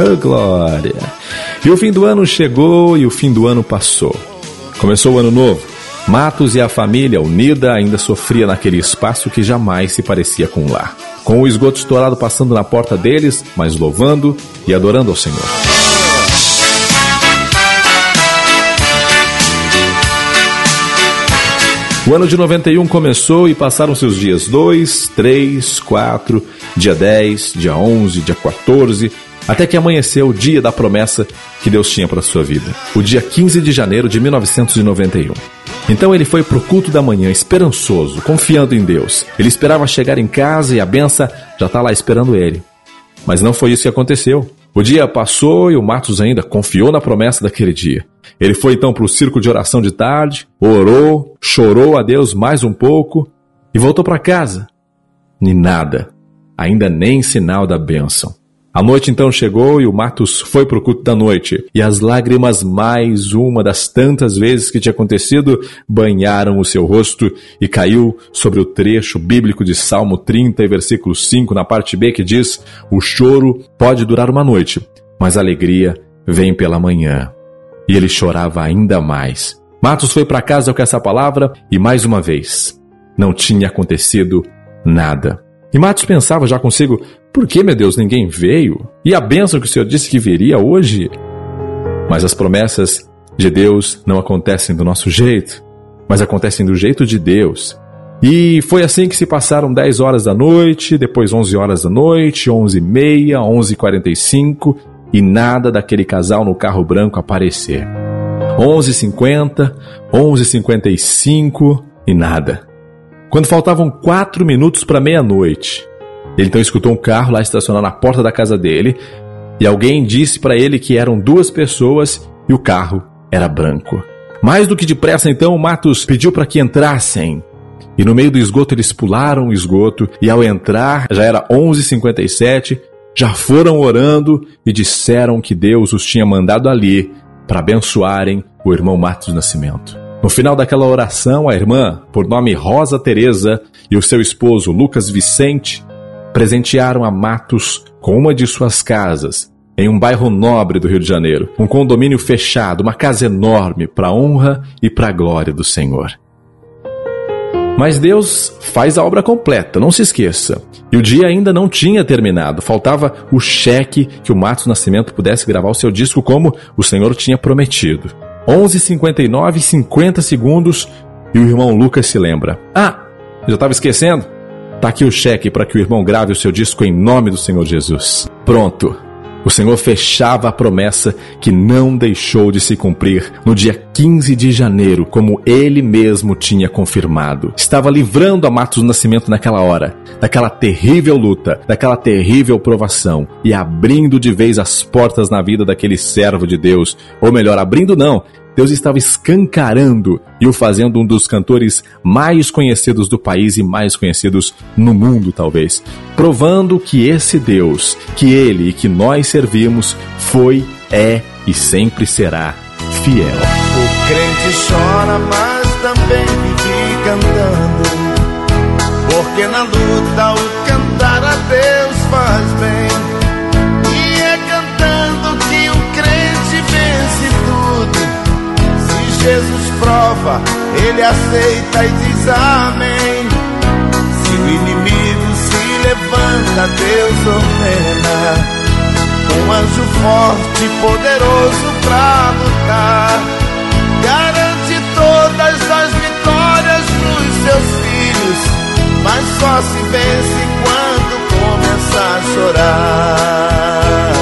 Oh, glória! E o fim do ano chegou e o fim do ano passou. Começou o ano novo. Matos e a família unida ainda sofria naquele espaço que jamais se parecia com um lar. Com o esgoto estourado passando na porta deles, mas louvando e adorando ao Senhor. O ano de 91 começou e passaram-se os dias 2, 3, 4, dia 10, dia 11, dia 14, até que amanheceu o dia da promessa que Deus tinha para a sua vida. O dia 15 de janeiro de 1991. Então ele foi para o culto da manhã esperançoso, confiando em Deus. Ele esperava chegar em casa e a benção já está lá esperando ele. Mas não foi isso que aconteceu. O dia passou e o Matos ainda confiou na promessa daquele dia. Ele foi então para o círculo de oração de tarde, orou, chorou a Deus mais um pouco e voltou para casa. E nada, ainda nem sinal da bênção. A noite então chegou e o Matos foi para o culto da noite. E as lágrimas, mais uma das tantas vezes que tinha acontecido, banharam o seu rosto e caiu sobre o trecho bíblico de Salmo 30, versículo 5, na parte B, que diz: o choro pode durar uma noite, mas a alegria vem pela manhã. E ele chorava ainda mais. Matos foi para casa com essa palavra e, mais uma vez, não tinha acontecido nada. E Matos pensava já consigo: por que, meu Deus, ninguém veio? E a bênção que o Senhor disse que viria hoje? Mas as promessas de Deus não acontecem do nosso jeito, mas acontecem do jeito de Deus. E foi assim que se passaram 10 horas da noite, depois 11 horas da noite, 11h30, 11h45, e nada daquele casal no carro branco aparecer. 11h50, 11h55 e nada. Quando faltavam 4 minutos para meia-noite, ele então escutou um carro lá estacionado na porta da casa dele e alguém disse para ele que eram 2 pessoas e o carro era branco. Mais do que depressa então, o Matos pediu para que entrassem. E no meio do esgoto eles pularam o esgoto e ao entrar, já era 11h57, já foram orando e disseram que Deus os tinha mandado ali para abençoarem o irmão Matos Nascimento. No final daquela oração, a irmã, por nome Rosa Teresa, e o seu esposo Lucas Vicente, presentearam a Matos com uma de suas casas, em um bairro nobre do Rio de Janeiro, um condomínio fechado, uma casa enorme para a honra e para a glória do Senhor. Mas Deus faz a obra completa, não se esqueça. E o dia ainda não tinha terminado, faltava o cheque que o Matos Nascimento pudesse gravar o seu disco como o Senhor tinha prometido. 11h59, 50 segundos, e o irmão Lucas se lembra. Já estava esquecendo? Tá aqui o cheque para que o irmão grave o seu disco em nome do Senhor Jesus. Pronto. O Senhor fechava a promessa que não deixou de se cumprir no dia 15 de janeiro, como Ele mesmo tinha confirmado. Estava livrando a Matos Nascimento naquela hora, daquela terrível luta, daquela terrível provação, e abrindo de vez as portas na vida daquele servo de Deus. Ou melhor, abrindo não, Deus estava escancarando e o fazendo um dos cantores mais conhecidos do país e mais conhecidos no mundo, talvez. Provando que esse Deus, que Ele e que nós servimos, foi, é e sempre será fiel. O crente chora, mas também vive cantando, porque na luta o cantar a Deus faz bem. E é cantando que o crente vence tudo. Jesus prova, Ele aceita e diz amém. Se o inimigo se levanta, Deus ordena um anjo forte e poderoso pra lutar. Garante todas as vitórias pros seus filhos, mas só se vence quando começa a chorar.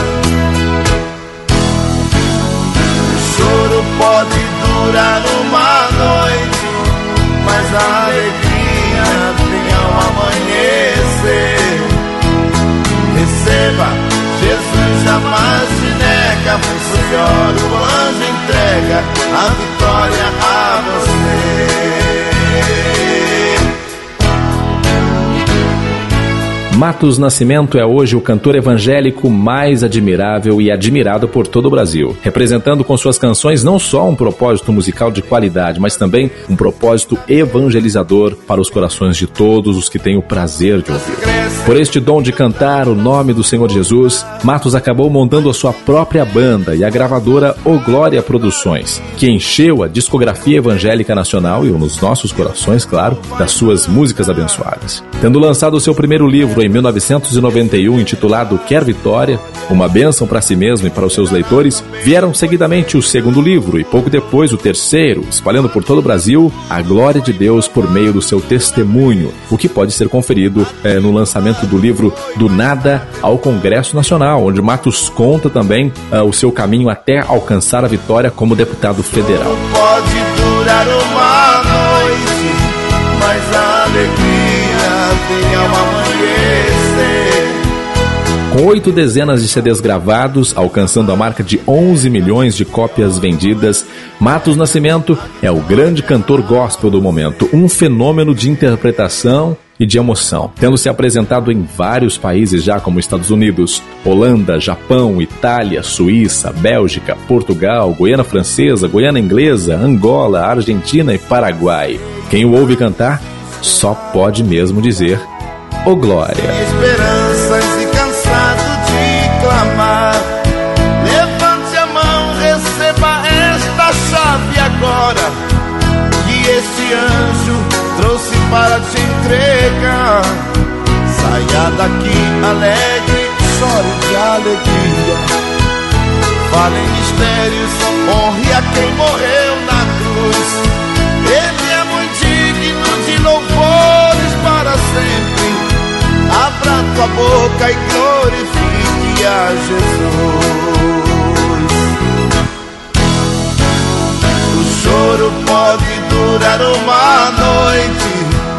O choro pode durar uma noite, mas a alegria vem ao amanhecer. Receba, Jesus jamais te nega, pois se ora o anjo entrega a vitória a você. Matos Nascimento é hoje o cantor evangélico mais admirável e admirado por todo o Brasil, representando com suas canções não só um propósito musical de qualidade, mas também um propósito evangelizador para os corações de todos os que têm o prazer de ouvir. Por este dom de cantar o nome do Senhor Jesus, Matos acabou montando a sua própria banda e a gravadora O Glória Produções, que encheu a discografia evangélica nacional e nos nossos corações, claro, das suas músicas abençoadas. Tendo lançado o seu primeiro livro em 1991, intitulado Quer Vitória, uma bênção para si mesmo e para os seus leitores, vieram seguidamente o segundo livro e pouco depois o terceiro, espalhando por todo o Brasil a glória de Deus por meio do seu testemunho, o que pode ser conferido no lançamento do livro Do Nada ao Congresso Nacional, onde Matos conta também o seu caminho até alcançar a vitória como deputado federal. Pode durar uma noite, mas a alegria tem ao amanhecer. Com 8 dezenas de CDs gravados, alcançando a marca de 11 milhões de cópias vendidas, Matos Nascimento é o grande cantor gospel do momento, um fenômeno de interpretação e de emoção, tendo se apresentado em vários países já como Estados Unidos, Holanda, Japão, Itália, Suíça, Bélgica, Portugal, Guiana Francesa, Guiana Inglesa, Angola, Argentina e Paraguai. Quem o ouve cantar só pode mesmo dizer "Ô Glória". Esperanças e cansado de clamar, levante a mão, receba esta chave agora, que este anjo trouxe para te entregar. Saia daqui alegre, chore de alegria, fale em mistérios, honre a quem morreu na cruz. Ele é muito digno de louvores para sempre. Abra tua boca e glorifique a Jesus. O choro pode durar uma noite,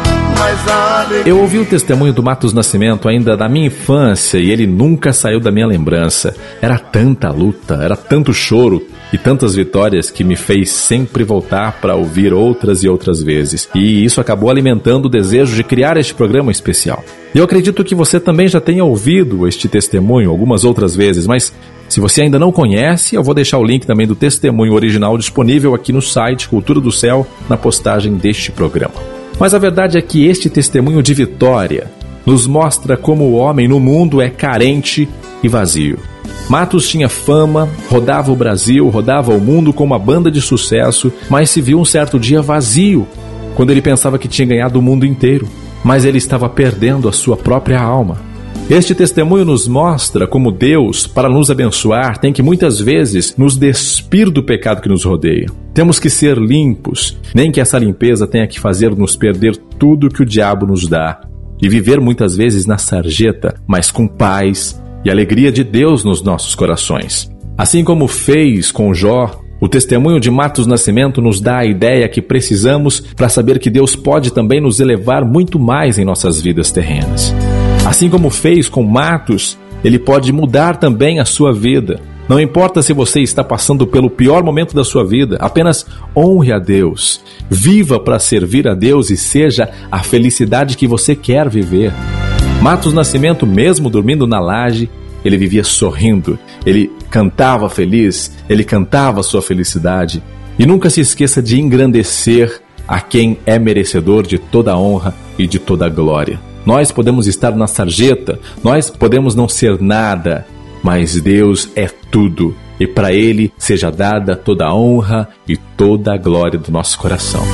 mas a alegria... Eu ouvi o testemunho do Matos Nascimento ainda da minha infância e ele nunca saiu da minha lembrança. Era tanta luta, era tanto choro e tantas vitórias que me fez sempre voltar para ouvir outras e outras vezes. E isso acabou alimentando o desejo de criar este programa especial. E eu acredito que você também já tenha ouvido este testemunho algumas outras vezes, mas se você ainda não conhece, eu vou deixar o link também do testemunho original disponível aqui no site Cultura do Céu, na postagem deste programa. Mas a verdade é que este testemunho de vitória nos mostra como o homem no mundo é carente e vazio. Matos tinha fama, rodava o Brasil, rodava o mundo com uma banda de sucesso, mas se viu um certo dia vazio, quando ele pensava que tinha ganhado o mundo inteiro, mas ele estava perdendo a sua própria alma. Este testemunho nos mostra como Deus, para nos abençoar, tem que muitas vezes nos despir do pecado que nos rodeia. Temos que ser limpos, nem que essa limpeza tenha que fazer-nos perder tudo que o diabo nos dá e viver muitas vezes na sarjeta, mas com paz e alegria de Deus nos nossos corações. Assim como fez com Jó, o testemunho de Matos Nascimento nos dá a ideia que precisamos para saber que Deus pode também nos elevar muito mais em nossas vidas terrenas. Assim como fez com Matos, ele pode mudar também a sua vida. Não importa se você está passando pelo pior momento da sua vida, apenas honre a Deus. Viva para servir a Deus e seja a felicidade que você quer viver. Matos Nascimento, mesmo dormindo na laje, ele vivia sorrindo, ele cantava feliz, ele cantava sua felicidade. E nunca se esqueça de engrandecer a quem é merecedor de toda a honra e de toda a glória. Nós podemos estar na sarjeta, nós podemos não ser nada, mas Deus é tudo, e para Ele seja dada toda a honra e toda a glória do nosso coração.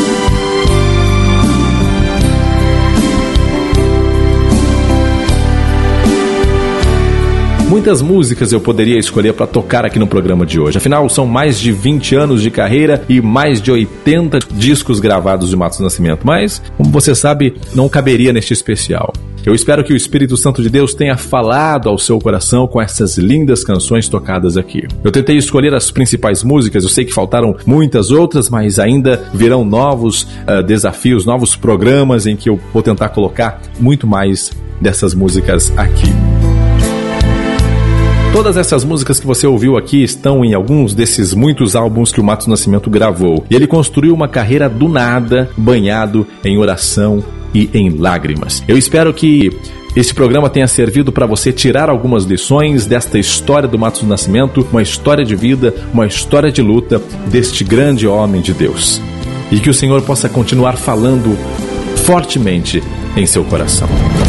Muitas músicas eu poderia escolher para tocar aqui no programa de hoje. Afinal, são mais de 20 anos de carreira e mais de 80 discos gravados de Matos Nascimento. Mas, como você sabe, não caberia neste especial. Eu espero que o Espírito Santo de Deus tenha falado ao seu coração com essas lindas canções tocadas aqui. Eu tentei escolher as principais músicas, eu sei que faltaram muitas outras, mas ainda virão novos desafios, novos programas em que eu vou tentar colocar muito mais dessas músicas aqui. Todas essas músicas que você ouviu aqui estão em alguns desses muitos álbuns que o Matos Nascimento gravou. E ele construiu uma carreira do nada, banhado em oração e em lágrimas. Eu espero que este programa tenha servido para você tirar algumas lições desta história do Matos do Nascimento, uma história de vida, uma história de luta deste grande homem de Deus. E que o Senhor possa continuar falando fortemente em seu coração.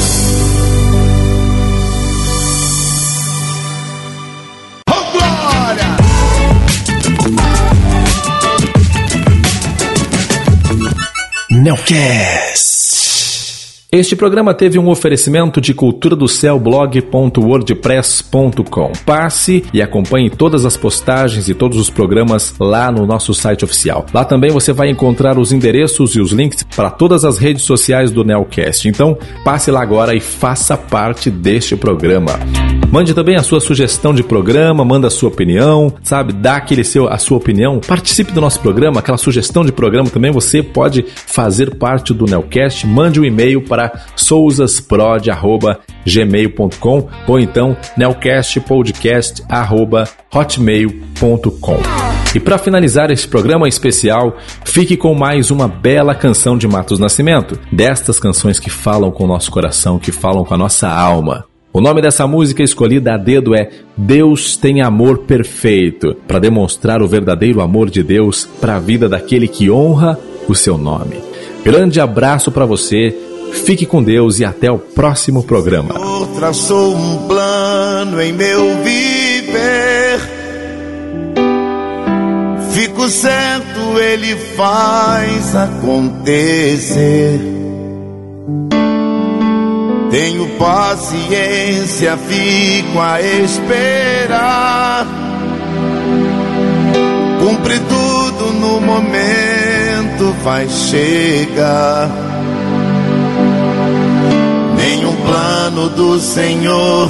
Nelcast. Este programa teve um oferecimento de culturadocelblog.wordpress.com. Passe e acompanhe todas as postagens e todos os programas lá no nosso site oficial. Lá também você vai encontrar os endereços e os links para todas as redes sociais do Nelcast. Então, passe lá agora e faça parte deste programa. Mande também a sua sugestão de programa, manda a sua opinião, sabe? Dá a sua opinião. Participe do nosso programa, aquela sugestão de programa também você pode fazer parte do Nelcast. Mande um e-mail para souzasprod@gmail.com ou então nelcastpodcast@hotmail.com. E para finalizar este programa especial, fique com mais uma bela canção de Matos Nascimento, destas canções que falam com o nosso coração, que falam com a nossa alma. O nome dessa música escolhida a dedo é Deus tem amor perfeito, para demonstrar o verdadeiro amor de Deus para a vida daquele que honra o seu nome. Grande abraço para você, fique com Deus e até o próximo programa. O Senhor traçou um plano em meu viver, fico certo, Ele faz acontecer. Tenho paciência, fico a esperar. Cumpre tudo no momento, vai chegar. Nenhum plano do Senhor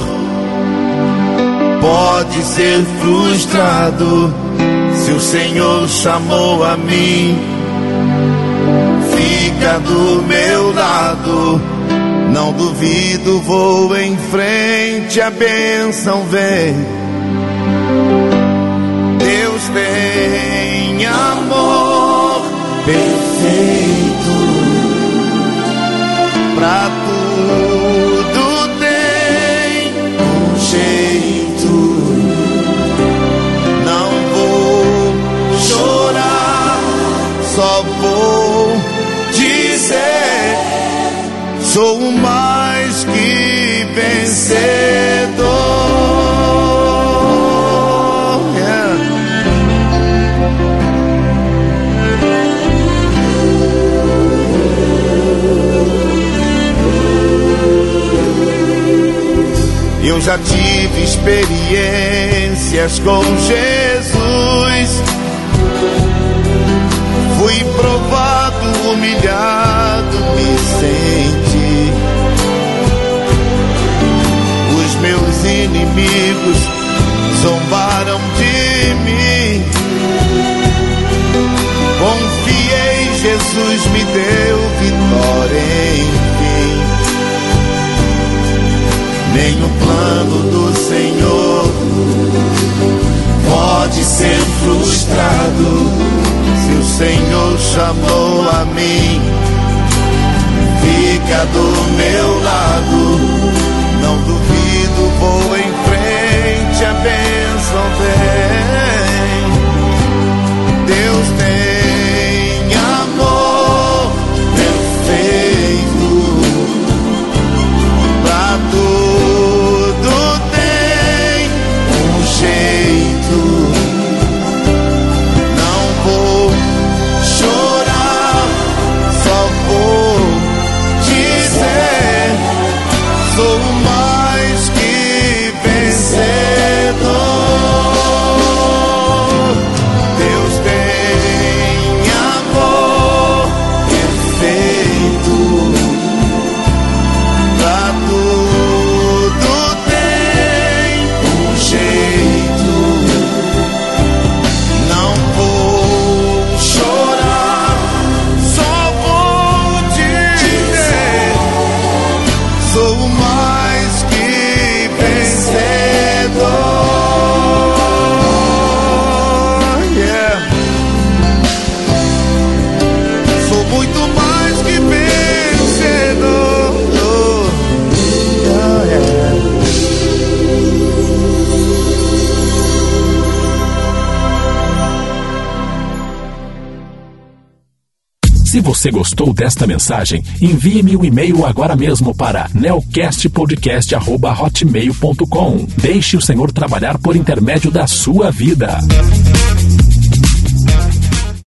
pode ser frustrado. Se o Senhor chamou a mim, fica do meu lado. Não duvido, vou em frente, a bênção vem. Deus tem amor perfeito, pra tudo tem um jeito. Não vou chorar, só vou dizer: sou mais que vencedor. Yeah. Eu já tive experiências com Jesus. Fui provado, humilhado, me senti. Os meus inimigos zombaram de mim. Confiei, Jesus me deu vitória, enfim. Nenhum plano do Senhor pode ser frustrado. Se o Senhor chamou a mim, fica do meu lado. Não duvido, vou em frente, a bênção vem. Deus tem amor perfeito, pra tudo tem um jeito. Não vou chorar, só vou dizer: sou mais que vencedor. Se você gostou desta mensagem, envie-me um e-mail agora mesmo para neocastpodcast@hotmail.com. Deixe o Senhor trabalhar por intermédio da sua vida.